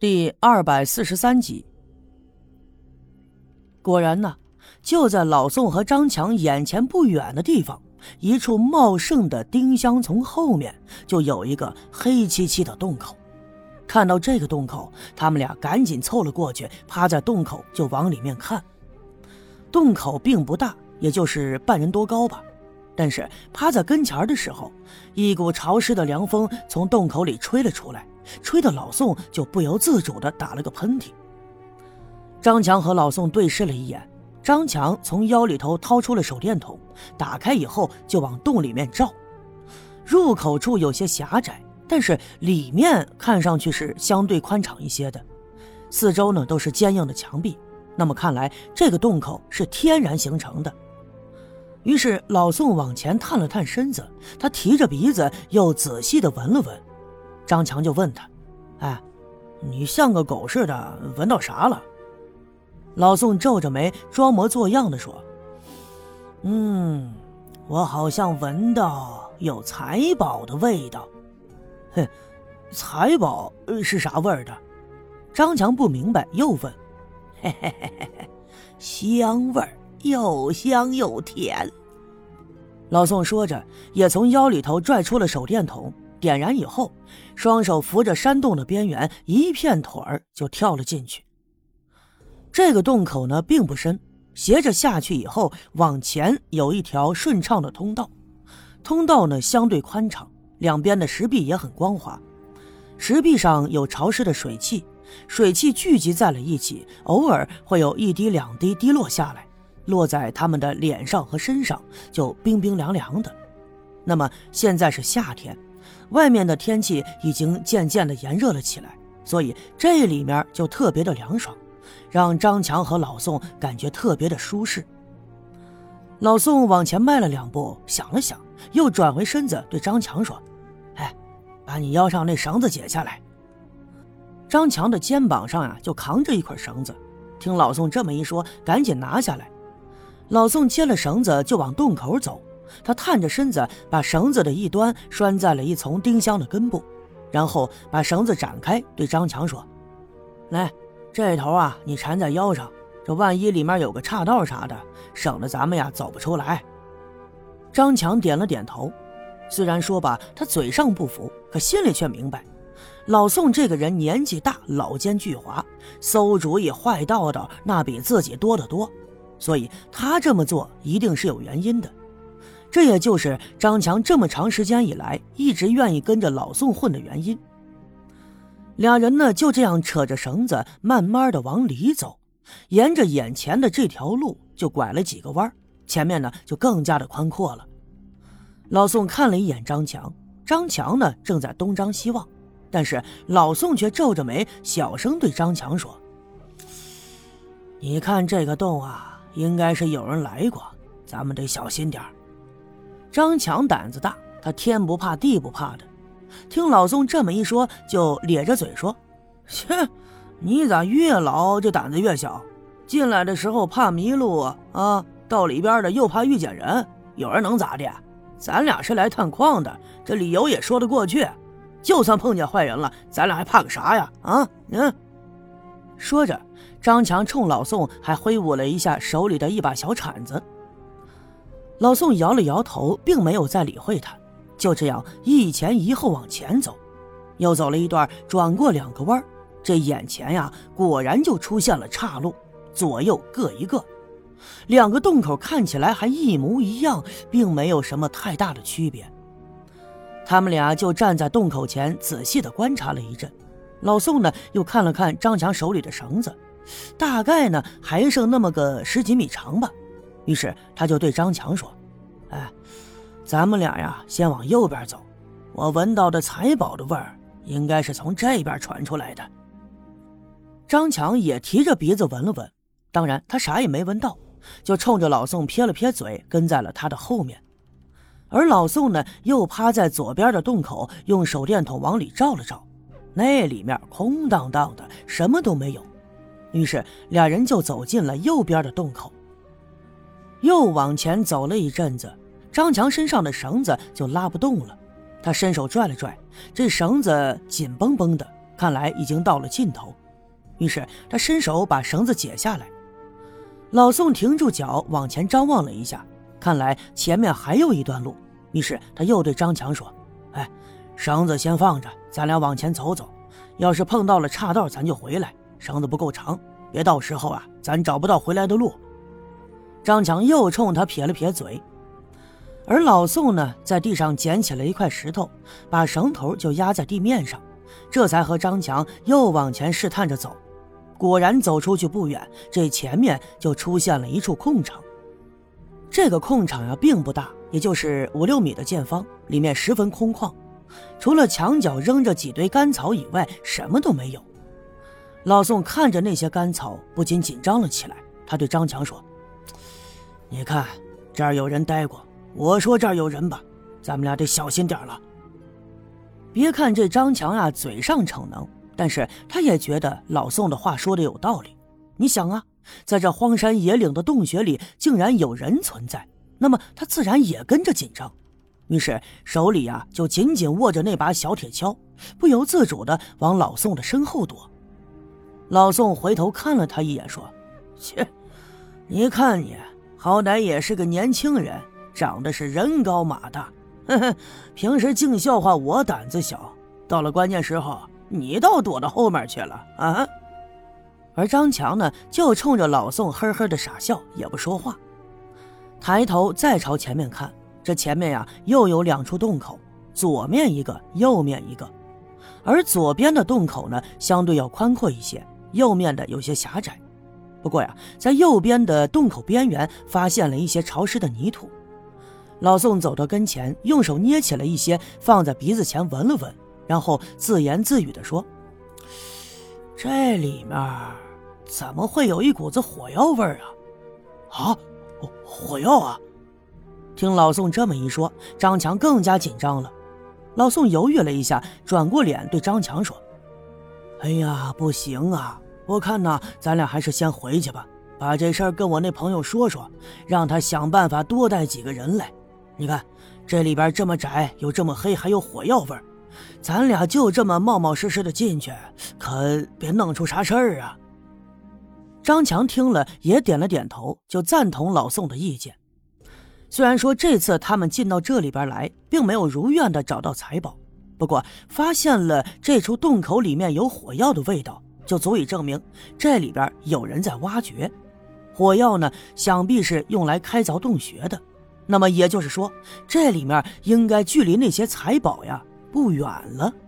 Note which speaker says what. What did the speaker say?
Speaker 1: 第243集。果然呢，就在老宋和张强眼前不远的地方，一处茂盛的丁香丛后面就有一个黑漆漆的洞口。看到这个洞口，他们俩赶紧凑了过去，趴在洞口就往里面看。洞口并不大，也就是半人多高吧，但是趴在跟前的时候，一股潮湿的凉风从洞口里吹了出来，吹得老宋就不由自主地打了个喷嚏。张强和老宋对视了一眼，张强从腰里头掏出了手电筒，打开以后就往洞里面照。入口处有些狭窄，但是里面看上去是相对宽敞一些的，四周呢都是坚硬的墙壁，那么看来这个洞口是天然形成的。于是老宋往前探了探身子，他提着鼻子又仔细地闻了闻。张强就问他：哎，你像个狗似的闻到啥了？老宋皱着眉装模作样地说：我好像闻到有财宝的味道。哼，财宝是啥味儿的？张强不明白又问。嘿嘿嘿嘿嘿，香味儿，又香又甜。老宋说着也从腰里头拽出了手电筒，点燃以后，双手扶着山洞的边缘，一片腿儿就跳了进去。这个洞口呢并不深，斜着下去以后，往前有一条顺畅的通道。通道呢相对宽敞，两边的石壁也很光滑，石壁上有潮湿的水汽，水汽聚集在了一起，偶尔会有一滴两滴滴落下来，落在他们的脸上和身上，就冰冰凉凉的。那么现在是夏天，外面的天气已经渐渐的炎热了起来，所以这里面就特别的凉爽，让张强和老宋感觉特别的舒适。老宋往前迈了两步，想了想，又转回身子对张强说：哎，把你腰上那绳子解下来。张强的肩膀上就扛着一捆绳子，听老宋这么一说，赶紧拿下来。老宋接了绳子就往洞口走，他探着身子，把绳子的一端拴在了一丛丁香的根部，然后把绳子展开，对张强说：来，这头你缠在腰上，这万一里面有个岔道啥的，省得咱们走不出来。张强点了点头，虽然说吧他嘴上不服，可心里却明白，老宋这个人年纪大，老奸巨猾，馊主意坏道道那比自己多得多，所以他这么做一定是有原因的。这也就是张强这么长时间以来一直愿意跟着老宋混的原因。俩人呢就这样扯着绳子慢慢的往里走，沿着眼前的这条路就拐了几个弯，前面呢就更加的宽阔了。老宋看了一眼张强，张强呢正在东张西望，但是老宋却皱着眉小声对张强说：你看这个洞应该是有人来过，咱们得小心点。张强胆子大，他天不怕地不怕的，听老宋这么一说，就咧着嘴说：切，你咋越老就胆子越小？进来的时候怕迷路到里边的又怕遇见人，有人能咋的？咱俩是来探矿的，这理由也说得过去，就算碰见坏人了，咱俩还怕个啥呀？说着，张强冲老宋还挥舞了一下手里的一把小铲子。老宋摇了摇头，并没有再理会他，就这样一前一后往前走。又走了一段，转过两个弯，这眼前果然就出现了岔路，左右各一个。两个洞口看起来还一模一样，并没有什么太大的区别。他们俩就站在洞口前仔细地观察了一阵。老宋呢又看了看张强手里的绳子，大概呢还剩那么个10几米长吧，于是他就对张强说：哎，咱们俩先往右边走，我闻到的财宝的味儿应该是从这边传出来的。张强也提着鼻子闻了闻，当然他啥也没闻到，就冲着老宋撇了撇嘴，跟在了他的后面。而老宋呢又趴在左边的洞口，用手电筒往里照了照，那里面空荡荡的，什么都没有。于是俩人就走进了右边的洞口。又往前走了一阵子，张强身上的绳子就拉不动了，他伸手拽了拽，这绳子紧绷绷的， 看来已经到了尽头。于是他伸手把绳子解下来。老宋停住脚，往前张望了一下，看来前面还有一段路。于是他又对张强说：“哎，绳子先放着，咱俩往前走走。要是碰到了岔道，咱就回来。绳子不够长，别到时候啊，咱找不到回来的路。”张强又冲他撇了撇嘴。而老宋呢，在地上捡起了一块石头，把绳头就压在地面上，这才和张强又往前试探着走。果然走出去不远，这前面就出现了一处空场。这个空场啊并不大，也就是5-6米的见方，里面十分空旷，除了墙角扔着几堆干草以外，什么都没有。老宋看着那些干草，不禁紧张了起来。他对张强说：“你看，这儿有人待过，我说这儿有人吧，咱们俩得小心点了。”别看这张强啊嘴上逞能，但是他也觉得老宋的话说的有道理。你想啊，在这荒山野岭的洞穴里竟然有人存在，那么他自然也跟着紧张。于是手里啊就紧紧握着那把小铁锹，不由自主地往老宋的身后躲。老宋回头看了他一眼说：“切，你看你好歹也是个年轻人，长得是人高马大，呵呵，平时净笑话我胆子小，到了关键时候你倒躲到后面去了啊！”而张强呢，就冲着老宋呵呵的傻笑，也不说话。抬头再朝前面看，这前面呀又有2处洞口，左面一个，右面一个。而左边的洞口呢，相对要宽阔一些，右面的有些狭窄。不过呀，在右边的洞口边缘发现了一些潮湿的泥土。老宋走到跟前，用手捏起了一些，放在鼻子前闻了闻，然后自言自语地说：“这里面怎么会有一股子火药味儿啊？”“啊，火药啊！”听老宋这么一说，张强更加紧张了。老宋犹豫了一下，转过脸对张强说：“哎呀，不行啊，我看呐，咱俩还是先回去吧，把这事儿跟我那朋友说说，让他想办法多带几个人来。你看这里边这么窄，又这么黑，还有火药味儿，咱俩就这么冒冒失失的进去，可别弄出啥事儿啊。”张强听了也点了点头，就赞同老宋的意见。虽然说这次他们进到这里边来，并没有如愿的找到财宝，不过发现了这处洞口里面有火药的味道，就足以证明这里边有人在挖掘。火药呢，想必是用来开凿洞穴的，那么也就是说，这里面应该距离那些财宝呀不远了。